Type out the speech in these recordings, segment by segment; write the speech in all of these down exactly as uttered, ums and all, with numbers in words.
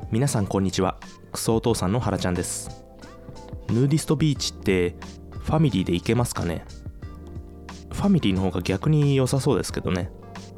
皆さんこんにちは。クソお父さんの原ちゃんです。ヌーディストビーチってファミリーで行けますかね。ファミリーの方が逆に良さそうですけどね。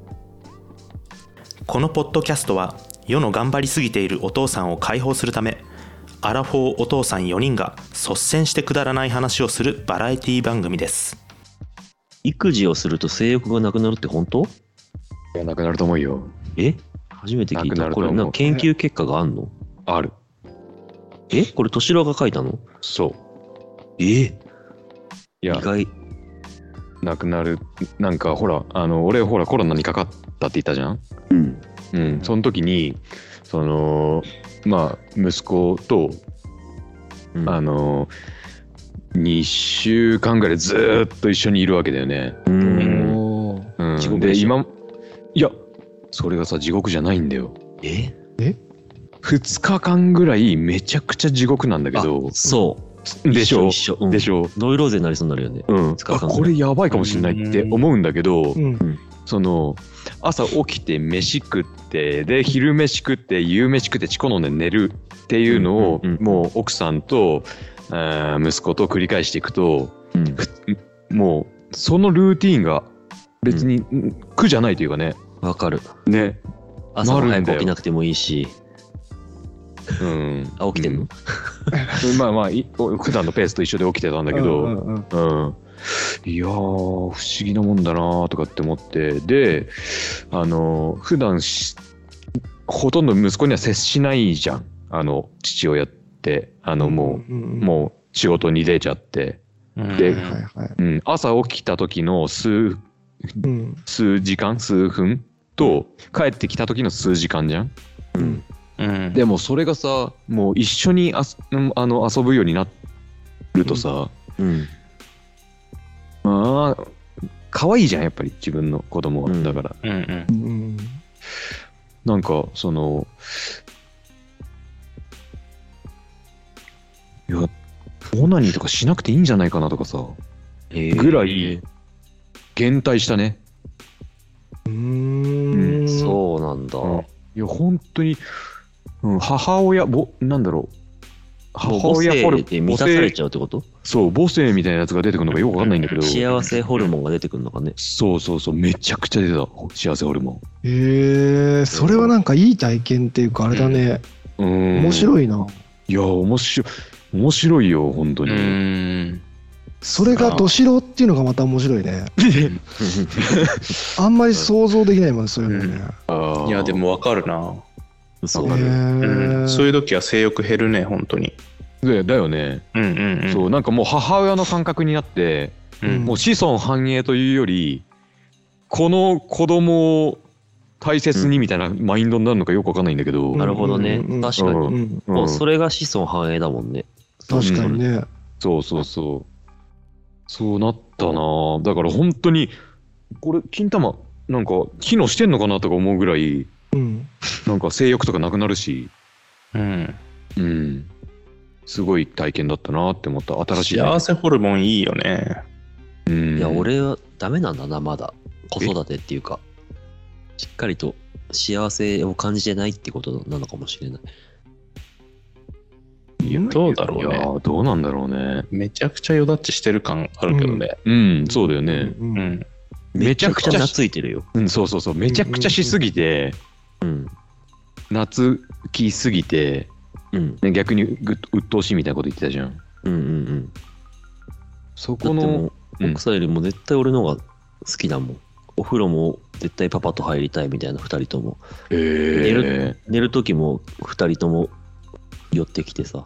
このポッドキャストは世の頑張りすぎているお父さんを解放するため、アラフォーお父さんよにんが率先してくだらない話をするバラエティ番組です。 育児をすると性欲がなくなるって本当？ いや、なくなると思うよ。 え？初めて聞いた。 なくなると思う。 これなんか研究結果があんの？ ある。 え？これ敏郎が書いたの？ そう。 え？ いや、 意外。 なくなる。なんかほら、あの俺ほらコロナにかかったって言ったじゃん。 うんうん。その時にそのまあ息子と、 うん、 あのにしゅうかんぐらいずーっと一緒にいるわけだよね。 うーん。 うん。 地獄でしょ。 で今いやそれがさ地獄じゃないんだよ。 え？ え？ ふつかかんぐらいめちゃくちゃ地獄なんだけど。 そうでしょ。 一緒一緒、うん、 でしょ。 ノイローゼになりそうになるよね。 うん。 ふつかかんあ、これやばいかもしれないって思うんだけど、 うん、 その朝起きて飯食ってで昼飯食って夕飯食ってチコ飲んで寝るっていうのを、 うんうんうん、 もう奥さんとあ息子と繰り返していくと、 うん、 もうそのルーティーンが別に苦じゃないというかね。 わかる。 ね。 朝も早く起きなくてもいいし。 うん。 あ、起きてんの？ うん、まあまあ普段のペースと一緒で起きてたんだけど、 うんうんうんうん、いやー不思議なもんだなーとかって思って、であの普段しほとんど息子には接しないじゃん、あの父親ってあのもう、 うんうん、 もう仕事に出ちゃって、 うん、 で、 はいはい、 うん、朝起きた時の数、 うん、 数時間数分と帰ってきた時の数時間じゃん、 うんうん、 でもそれがさもう一緒にあすあの遊ぶようになるとさ、 うん、 まあ可愛いじゃんやっぱり自分の子供は、うん、だから、 うんうん、 なんかそのいやオナニーとかしなくていいんじゃないかなとかさ、えー、ぐらい減退したね。 うーん、 うん、そうなんだ、 うん、いや本当に、うん、母親ぼなんだろう母親ホルモンで満たされちゃうってこと？ そう母性みたいなやつが出てくるのがよくわかんないんだけど、 幸せホルモンが出てくるのかね。 そうそうそうめちゃくちゃ出た幸せホルモン。 えー、それはなんかいい体験っていうかあれだね、うん、面白いな。 いや面白い面白いよ本当に。うーんそれがどしろっていうのがまた面白いね。あんまり想像できないもんそういうのね、 うん、いやでもわかるな。 そう、 うん、そういう時は性欲減るね本当に。 でだよね、 うんうんうん、 そうなんかもう母親の感覚になって、うん、もう子孫繁栄というよりこの子供を大切にみたいなマインドになるのかよくわかんないんだけど、 うん、なるほどね、うん、確かに、うんうん、もうそれが子孫繁栄だもんね。 確かにね、うん、 そうそうそうそうなったな。だから本当にこれ金玉なんか機能してんのかなとか思うぐらい、うん、なんか性欲とかなくなるし、 うんうん、すごい体験だったなって思った。新しい、ね、 幸せホルモンいいよね。 うん、いや俺はダメなんだなまだ子育てっていうかしっかりと幸せを感じてないってことなのかもしれない。 いやどうだろうね。 いやどうなんだろうね。 めちゃくちゃよだっちしてる感あるけどね。 うん、うん、そうだよね。 うんうん、 めちゃくちゃ懐いてるよ。 うん、そうそうそうめちゃくちゃしすぎて、 うん、 懐きすぎて、 うんね、逆にぐ鬱陶しいみたいなこと言ってたじゃん。 うんうんうん。 そこのだってもう奥さんよりも絶対俺の方が好きだもん。お風呂も絶対パパと入りたいみたいなふたりとも。 えー、 寝る寝る時もふたりとも寄ってきてさ。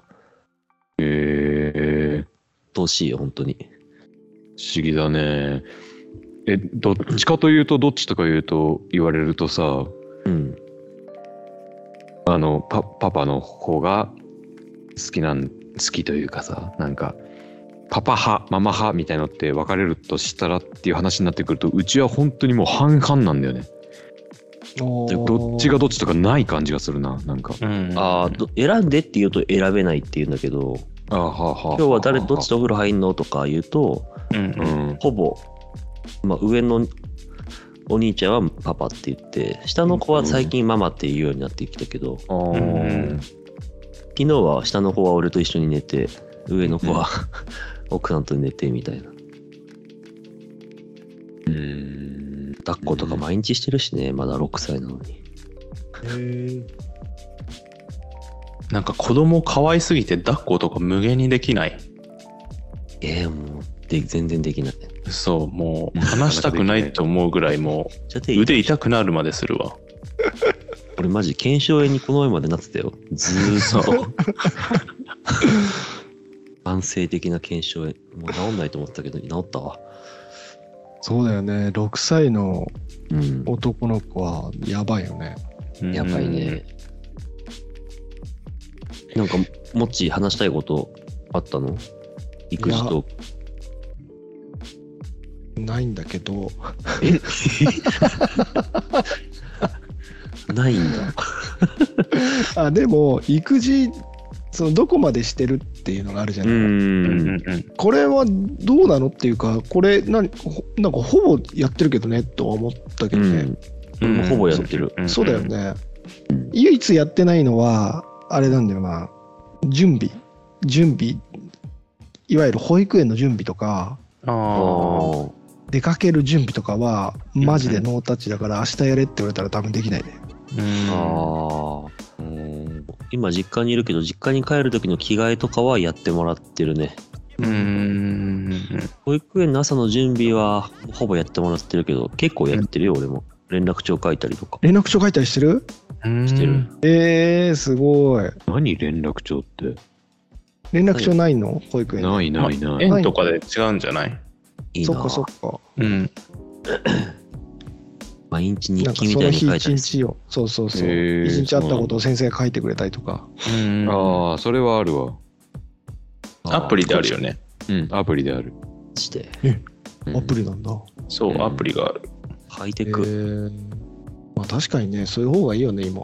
えー、 どうしいよ本当に。 不思議だね。えどっちかというとどっちとか言うと言われるとさ、 うん、 あの パ, パパの方が好きなん好きというかさ、なんかパパ派ママ派みたいのって分かれるとしたらっていう話になってくると、うちは本当にもう半々なんだよね。どっちがどっちとかない感じがするな、なんか、 うん、あ選んでって言うと選べないって言うんだけど、あはは今日は誰どっちとお風呂入んのとか言うと、うんうん、ほぼ、まあ、上のお兄ちゃんはパパって言って、下の子は最近ママって言うようになってきたけど、 あー昨日は下の子は俺と一緒に寝て、上の子は、うん、奥さんと寝てみたいな。 うーん。 抱っことか毎日してるしね、まだろくさいなのに。 へえ。なんか子供可愛すぎて抱っことか無限にできない。 えー、もうで全然できない。 そう、もう離したくないと思うぐらいもう腕痛くなるまでするわ。 俺マジ腱鞘炎にこの前までなってたよ。ずーっと。慢性的な腱鞘炎。もう治んないと思ったけど治ったわ。 そうだよね。ろくさいのうん。 男の子はやばいよね。 やばいね。なんかもっち話したいことあったの？育児と。 ないんだけど。 ないんだ。 あ、でも育児そのどこまでしてるっていうのがあるじゃない。 うん。 うんうんこれはどうなのっていうか、これ何ほなんかほぼやってるけどねとは思ったけどね。 うん。もうほぼやってる。 うんそうだよね。 うん唯一やってないのはあれなんだよな。準備準備いわゆる保育園の準備とかああ。 出かける準備とかはマジでノータッチだから、明日やれって言われたら多分できないね。 うんああ。うん今実家にいるけど、実家に帰る時の着替えとかはやってもらってるね。 うん保育園の朝の準備はほぼやってもらってるけど、結構やってるよ、俺も。連絡帳書いたりとか。 連絡書書いたりしてる？ うんしてる。 えー、すごい。 何連絡帳って？ 連絡帳ないの？保育園に。 ないないない。 園とかで違うんじゃない？ いいな。 そっかそっか。 うん毎日なんか日記みたいにその日一書いたりする。 日を、そうそうそう。 へー一日あったことを先生が書いてくれたりとか。 うんああ、それはあるわ。 アプリであるよね。 うん、アプリである。 して。 うんアプリなんだ。 そううんアプリがある。 えハイテク。 ー、まあ確かにね、そういう方がいいよね、今。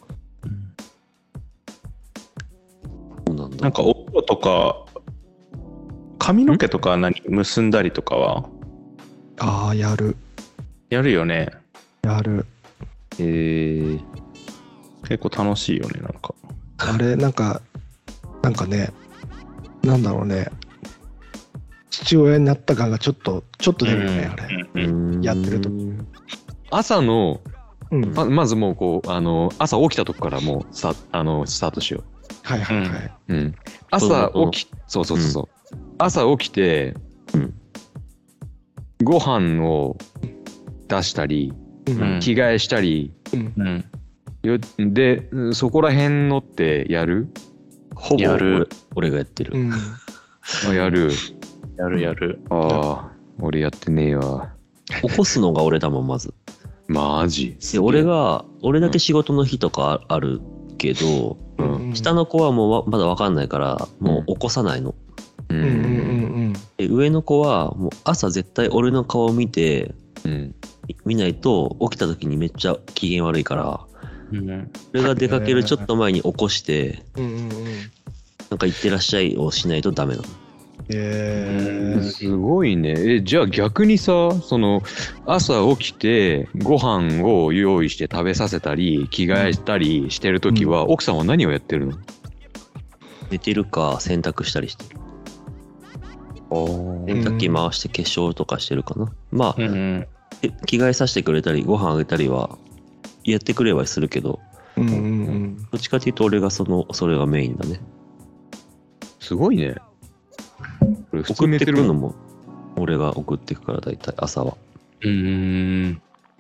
そうなんだ。 なんかお風呂とか髪の毛とか何結んだりとかはああ、やる。 やるよね。 やる。 えー、 結構楽しいよねなんか。 あれ、なんか、なんかね、なんだろうね。父親になった感がちょっと、ちょっと出るよね、あれ。 うんうんうんやってると朝の、 うん。 ままずもうこう、あの、朝起きたとこからもうスタあのスタートしよはいはいはい。 う。うん。朝起き、そうそうそうそう。朝起きて、 うんご飯を出したり、 うんうん着替えしたり、 うんうんよで、そこら辺のってやる？ ほぼやる俺俺がやってる。 うん。 あやる。 やるやる。 ああ、俺やってねえわ。 起こすのが俺だもん、まず。 マジ？ で、俺が、俺だけ仕事の日とかあるけど、 うん下の子はもうわまだ分かんないから、もう起こさないの。 ううんうんうんで、上の子は、もう朝絶対俺の顔を見て、 うん見ないと起きた時にめっちゃ機嫌悪いから、 うん俺が出かけるちょっと前に起こして、 うん。うんうんうん。 なんか行ってらっしゃいをしないとダメなの。 えー、 すごいね。え、じゃあ逆にさ、その朝起きてご飯を用意して食べさせたり着替えたりしてるときは、奥さんは何をやってるの？ 寝てるか洗濯したりしてる。洗濯機回して化粧とかしてるかな。まあ、 うんうんえ着替えさせてくれたりご飯あげたりはやってくれはするけど、 うんうんうん。 どっちかというと俺がそのそれがメインだね。 すごいね。これ普通送って寝てるくるのも俺が送ってくから大体朝は。 うん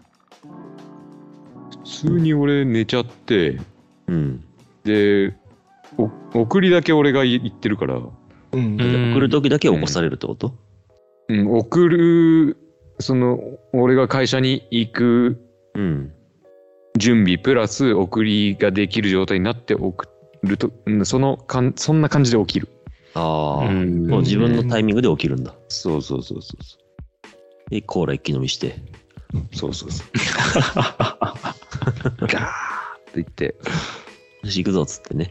普通に俺寝ちゃってうん。 でお送りだけ俺が言ってるから、 うんじゃあ送る時だけ起こされるってこと？ うん、送るその俺が会社に行くうん。 準備プラス送りができる状態になって送ると、うんそのかんそんな感じで起きる。 ああ、 うんもう自分のタイミングで起きるんだ。 そうそうそうそうそで、コーラ一気飲みして。 うそうそうそうガーッと言って、 よし、行くぞっつってね。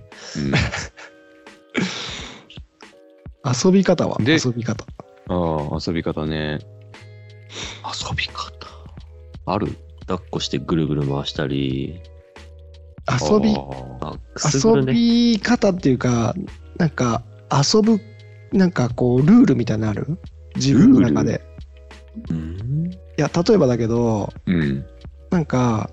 遊び方はで遊び方。 うん、ああ遊び方ね。 遊び方。 ある？抱っこしてぐるぐる回したり。 遊び、 あ、くすぐる遊ね。 び方っていうか、なんか遊ぶ、なんかこう、ルールみたいなのある？自分の中で。 うん。 いや、例えばだけど、 うん。 なんか、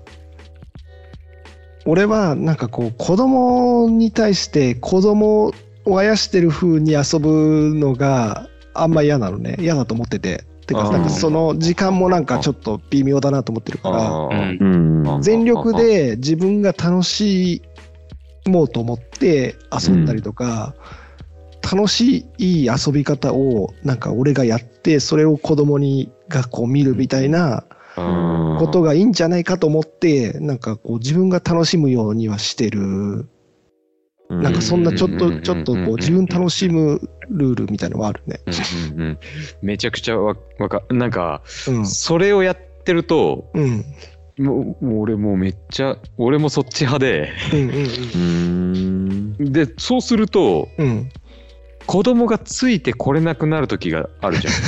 俺はなんかこう、子供に対して子供をあやしてる風に遊ぶのがあんま嫌なのね。嫌だと思ってて。てか、 あーなんかその時間もなんかちょっと微妙だなと思ってるから、 あーうんうん。 全力で自分が楽しもうと思って遊んだりとか、楽しいいい遊び方をなんか俺がやってそれを子供にがこう見るみたいなあーことがいいんじゃないかと思ってなんかこう自分が楽しむようにはしてる。なんかそんなちょっとちょっとこう自分楽しむルールみたいのはあるね。 うんうんうん、めちゃくちゃわわかなんか、 うんそれをやってるとうんもうもう俺もうめっちゃ俺もそっち派でうんうんうん。 でそうするとうんうん子供がついてこれなくなる時があるじゃん。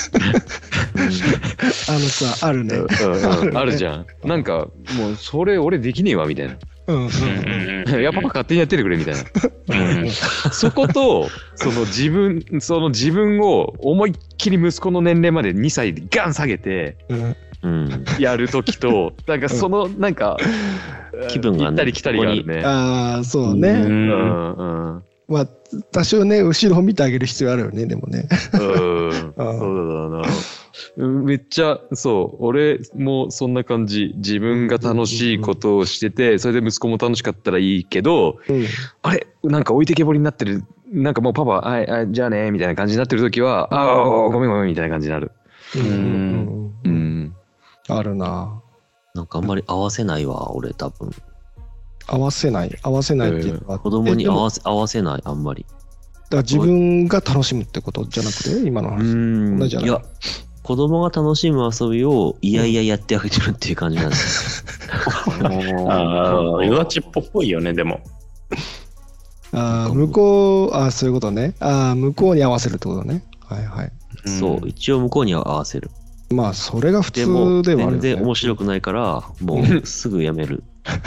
あのさあるね。 うんうんあるじゃん。なんかもうそれ俺できねえわみたいな。 うんうんうんいやパパ勝手にやっててくれみたいな。 うんそことその自分その自分を思いっきり息子の年齢までにさいでガン下げてうんうん。 やる時となんかそのなんか気分がね行ったり来たりがあるね。 ああそううね。 うんんうんまあ多少ね後ろを見てあげる必要あるよねでもね。 うんそうだな。うんめっちゃそう俺もそんな感じ。自分が楽しいことをしててそれで息子も楽しかったらいいけどうんあれなんか置いてけぼりになってるなんかもうパパはいあじゃあねみたいな感じになってる時はああごめんごめんみたいな感じになる。 うんうんううんんあるな。 なんかあんまり合わせないわ、俺多分。 合わせない合わせないっていうのは子供にえでも合わせ合わせない、あんまり。 だから自分が楽しむってことじゃなくて今のう話。 ん。 同じじゃないいや、子供が楽しむ遊びをいやいややってあげてるっていう感じなんです。 ああ、ヨダチっぽいよね、でも。 ああ向こうああそういうことね。ああ向こうに合わせるってことね。はいはい。 そう、一応向こうには合わせる。 まあそれが普通でも、 ではあるよね。 全然面白くないから、もうすぐやめる。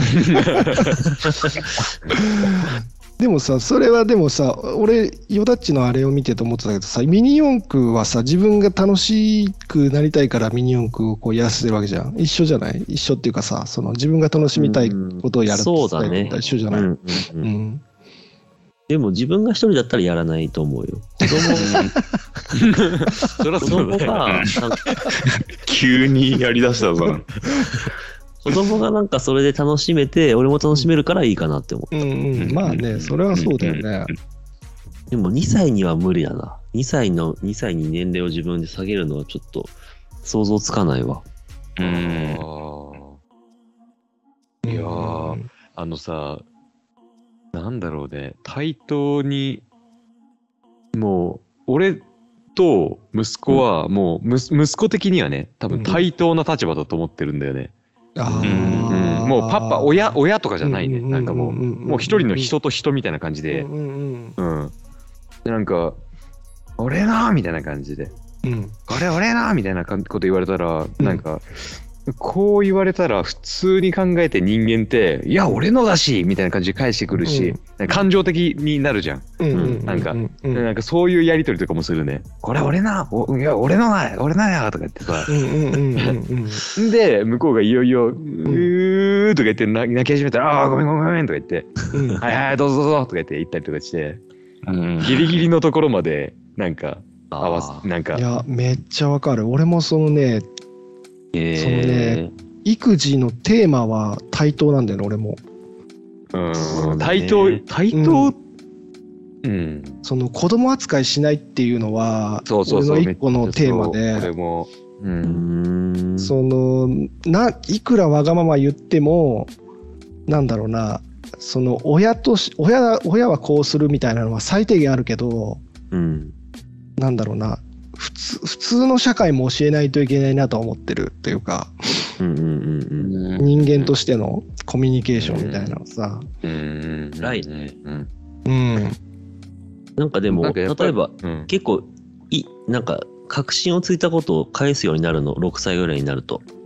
でもさそれはでもさ俺ヨダッチのあれを見てと思ってたけどさミニ四駆はさ自分が楽しくなりたいからミニ四駆をこうやらせてるわけじゃん。一緒じゃない？一緒っていうかさその自分が楽しみたいことをやるってそうだね。 一緒じゃない？ うんうんううんんでも自分が一人だったらやらないと思うよ。子供そりゃ子そうだね。 供が、なんか急にやりだしたぞ。 子供がなんかそれで楽しめて、俺も楽しめるからいいかなって思う。 うんうんまあねそれはそうだよね。 でもにさいには無理だな。にさいの、にさいに年齢を自分で下げるのはちょっと想像つかないわ。 うん。 あーいやーあのさなんだろうね対等にもう俺と息子はもうむ息子的にはね多分対等な立場だと思ってるんだよね。 あうんーもうパパ親親とかじゃないね。 うんなんかもううんうんうんうんもう一人の人と人みたいな感じでうんうんうんうんでなんか俺なーみたいな感じでうん俺俺なーみたいなこと言われたらなんかこう言われたら普通に考えて人間っていや俺のだしみたいな感じで返してくるし、感情的になるじゃん、 うんうんなんかうんうんなんかそういうやり取りとかもするね。これ俺なおいや俺のな俺なやとか言ってさうんうんうんうんうんで向こうがいよいよ「うー」とか言って泣泣き始めたら「ああーごめんごめんごめん」とか言ってうん 「はいはいどうぞどうぞ」とか言って言ったりとかしてうんギリギリのところまでなんか合わあせなんかいやめっちゃわかる。俺もそのねーそのね育児のテーマは対等なんだよね俺も。 うんそうだね対等対等うんその子供扱いしないっていうのはそうそうそう俺の一個のテーマめっちゃそうで俺もううんん。 そのないくらわがまま言ってもなんだろうなその親とし親親はこうするみたいなのは最低限あるけどうん。 なんだろうな普通普通の社会も教えないといけないなと思ってるっていうかうんうんうんうん。 人間としてのコミュニケーションみたいなのさ。 うん偉いねうんうんなんかでも、 なんかやっぱり例えば、 うん結構、い、なんか、確信をついたことを返すようになるの、ろくさいぐらいになると。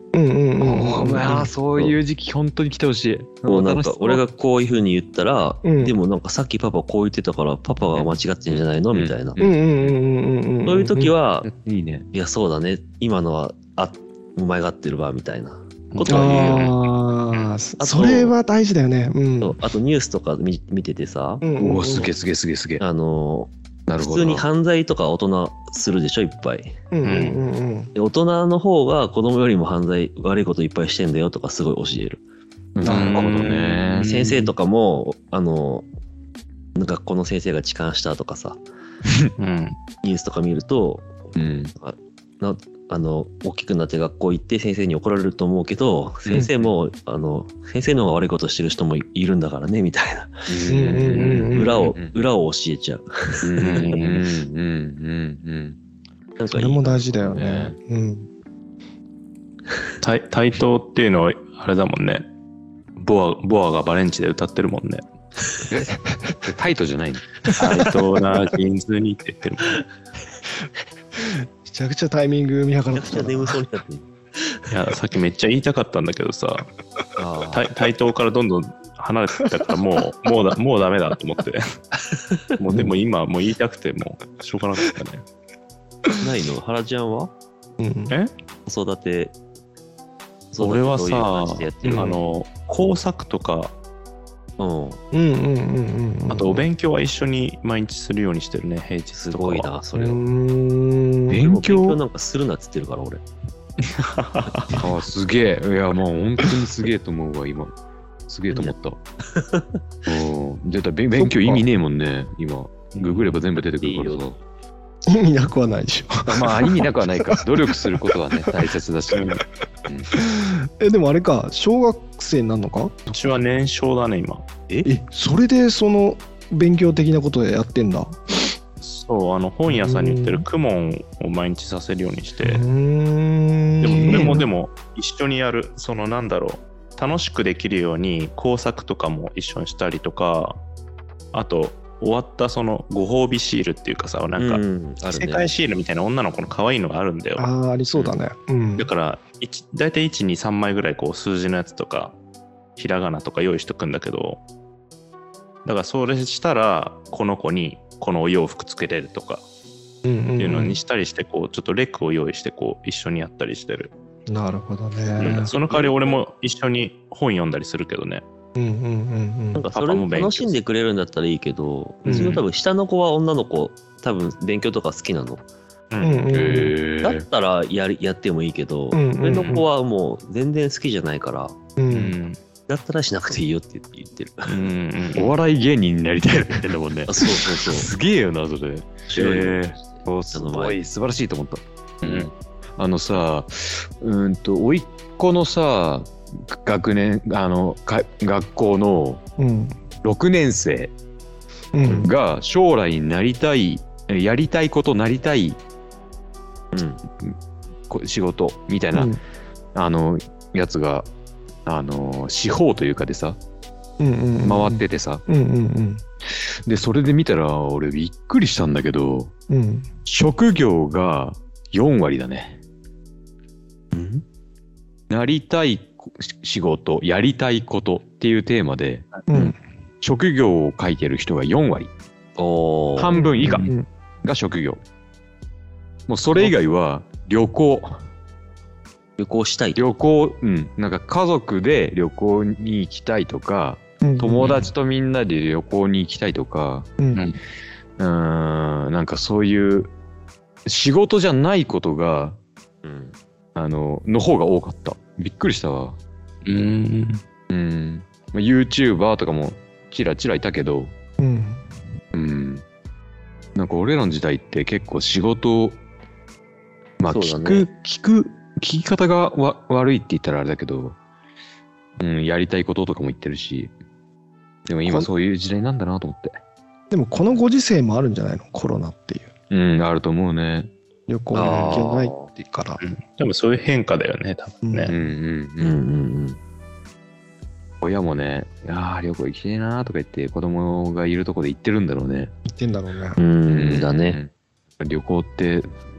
うんうんうんうんうん。 まあそういう時期本当に来てほしい。 こうなんか俺がこういう風に言ったら、 うんでもなんかさっきパパこう言ってたからパパが間違ってんじゃないのみたいな。 うんうんうんうんうんうん。 そういう時は、 いいね。 いやそうだね、今のはあお前が合ってるわみたいなことは言うよね。 ああ、 あとそれは大事だよね。うん。 そうあとニュースとか見見ててさ、 うんうんうんおお、すげえすげえすげえすげえ。 あのなるほど。 普通に犯罪とか大人するでしょいっぱい。 うんうんうんうん。 で大人の方が子供よりも犯罪悪いこといっぱいしてんだよとかすごい教える。 なるほどね。 先生とかもあの学校の先生が痴漢したとかさうん。 ニュースとか見るとうん。 なあの大きくなって学校行って先生に怒られると思うけど先生も、あの先生の方が悪いことしてる人もいいるんだからねみたいなうんうんうんうん裏をうん裏を教えちゃう。 うんうんうんうんなんかいいそれも大事だよね。うん。 対対等っていうのはあれだもんね。ボアボアがバレンチで歌ってるもんね。 うん。タイトじゃないの？ 対等なジーンズにって言ってるもんね。 めちゃくちゃタイミング見計らめちゃくちゃってたな。 眠そうになってる。 いや、さっきめっちゃ言いたかったんだけどさ、 あ対対等からどんどん離れてったからもう、もうだ、もうダメだと思って。もうでも今もう言いたくてもうしょうがなかったね。 あないの原ちゃんはうん。 え子育て俺はどういう感じさでやってるあの、工作とか、 うんうんうんうんうん。 あとお勉強は一緒に毎日するようにしてるね、平日すとかは。 ごいなそれは。 うーん。 勉強勉強なんかするなっつってるから俺。 ああ、すげえ。いや、もう本当にすげえと思うわ、今。すげえと思った。うん。出た、勉勉強意味ねえもんね、今。ググれば全部出てくるからさ。 意味なくはないでしょ。 まあ、意味なくはないか。努力することはね、大切だし。うんえ、でもあれか、小学生になるのか？ うちは年少だね、今。 え、それでその勉強的なことでやってんだ。 そう、あの本屋さんに売ってるクモンを毎日させるようにして、 うーん。 でもそれもでも、 も一緒にやる、そのなんだろう、楽しくできるように工作とかも一緒にしたりとか、あと終わったそのご褒美シールっていうかさ、なんかうんある世ね。 界シールみたいな女の子の可愛いのがあるんだよ。 ああ、ありそうだね。うん。 だからいち大体いち、に、さんまいぐらいこう数字のやつとかひらがなとか用意しとくんだけど、だからそれしたらこの子にこのお洋服つけれるとかうんうんうんっていうのにしたりして、こうちょっとレクを用意してこう一緒にやったりしてる。 なるほどうんね。 その代わり俺も一緒に本読んだりするけどね。 うんうんうんうん。 なんかそれ楽しんでくれるんだったらいいけど、うちの多分下の子は女の子、多分勉強とか好きなの。 うんうんうんへえ。 だったらやりやってもいいけど、 うんうんうん上の子はもう全然好きじゃないから、 ううんんだったらしなくていいよって言ってる。 うんうんお笑い芸人になりたいって言ってんだもんねあ。そうそうそう。 すげえよな、それ。 面白いよえーすごい、素晴らしいと思った。 うんあのさ、うーんと、甥っ子のさ、学年、あの、か学校のうんろくねん生うんが将来になりたい、やりたいことなりたいうん。 こ仕事みたいな、 うんあの、やつが、あの、司法というかでさ、 うんうん回っててさ、 うんうんで、それで見たら、俺びっくりしたんだけど、 うんうん職業がよん割だね。 うんなりたい仕事、やりたいことっていうテーマで、 うん職業を書いてる人がよん割。 おー半分以下うんが職業。もうそれ以外は旅行。 旅行したい。 旅行、うん。なんか家族で旅行に行きたいとか、 うん友達とみんなで旅行に行きたいとか、 うんうーん、なんかそういう仕事じゃないことが、 うん。 あの、の方が多かった。びっくりしたわ。 うんうん。まあ YouTuber とかもちらちらいたけど、 うんうん。なんか俺らの時代って結構仕事、まあそうだ聞ねく、聞く、聞き方がわ悪いって言ったらあれだけど、うん、やりたいこととかも言ってるし、でも今そういう時代なんだなと思って。 でもこのご時世もあるんじゃないの、コロナっていううん、あると思うね。 旅行に行けないっていうから。 でもそういう変化だよね、多分ね。 うんうんうんうん。 うんうん。 親もね、いやー旅行行きてえなーとか言って子供がいるとこで行ってるんだろうね。 行ってんだろうね。 うんだね。 うん。旅行って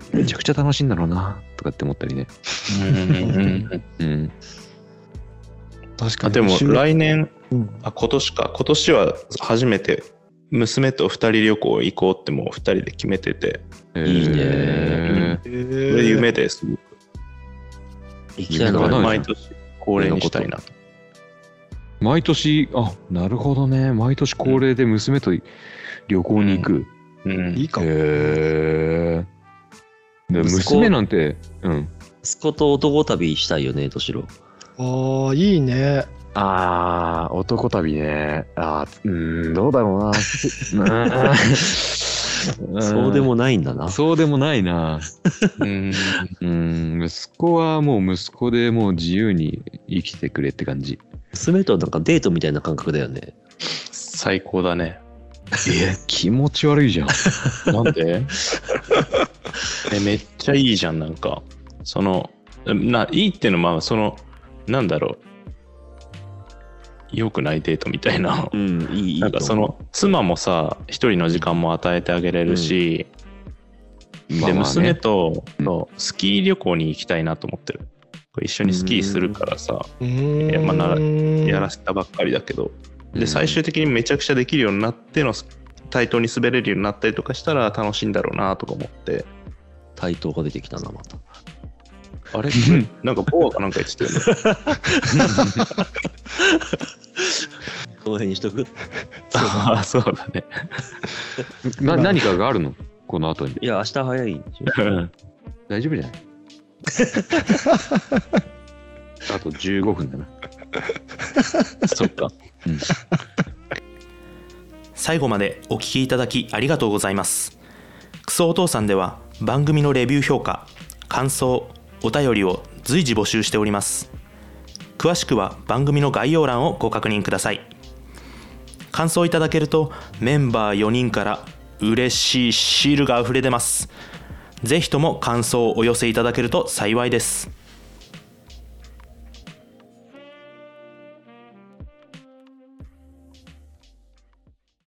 めちゃくちゃ楽しいんだろうなとかって思ったりね。 うんうん。 確かに。 あでも来年、 うんあ今年か今年は初めて娘と二人旅行行こうってもう二人で決めてて、 いいねえこれ夢ですごく行きたいの夢がないは毎年恒例にしたいなと。 毎年、あ、なるほどね。毎年恒例で娘と旅行に行く。 うんいいかも。 へえ。で息子娘なんて、うん。 息子と男旅したいよね、としろ。 ああ、いいね。 ああ、男旅ね。あーうーん、どうだろうな。 そうでもないんだな。 そうでもないな。 うんうん、息子はもう息子でもう自由に生きてくれって感じ。 娘となんかデートみたいな感覚だよね。 最高だね。 え、気持ち悪いじゃん。 なんでえめっちゃいいじゃん。なんかそのないいっていうのはまあそのなんだろう良くないデートみたいな、 うん、いい、いいなんかその妻もさ一人の時間も与えてあげれるし、で娘とうんそうスキー旅行に行きたいなと思ってる。一緒にスキーするからさ、 うーん。 いやまあなやらせたばっかりだけど、で最終的にめちゃくちゃできるようになっての対等に滑れるようになったりとかしたら楽しいんだろうなとか思って。 対等が出てきたな、また。 あれなんかボアかなんか言ってたよね。 この辺にしとく。 ああそうだね。 な何かがあるのこの後に。 いや、明日早いんでしょ。 大丈夫じゃないあとじゅうごふんだな。 そっか。 うん最後までお聞きいただきありがとうございます。クソお父さんでは番組のレビュー評価、感想、お便りを随時募集しております。詳しくは番組の概要欄をご確認ください。感想いただけるとメンバーよにんから嬉しいシールがあふれ出ます。ぜひとも感想をお寄せいただけると幸いです。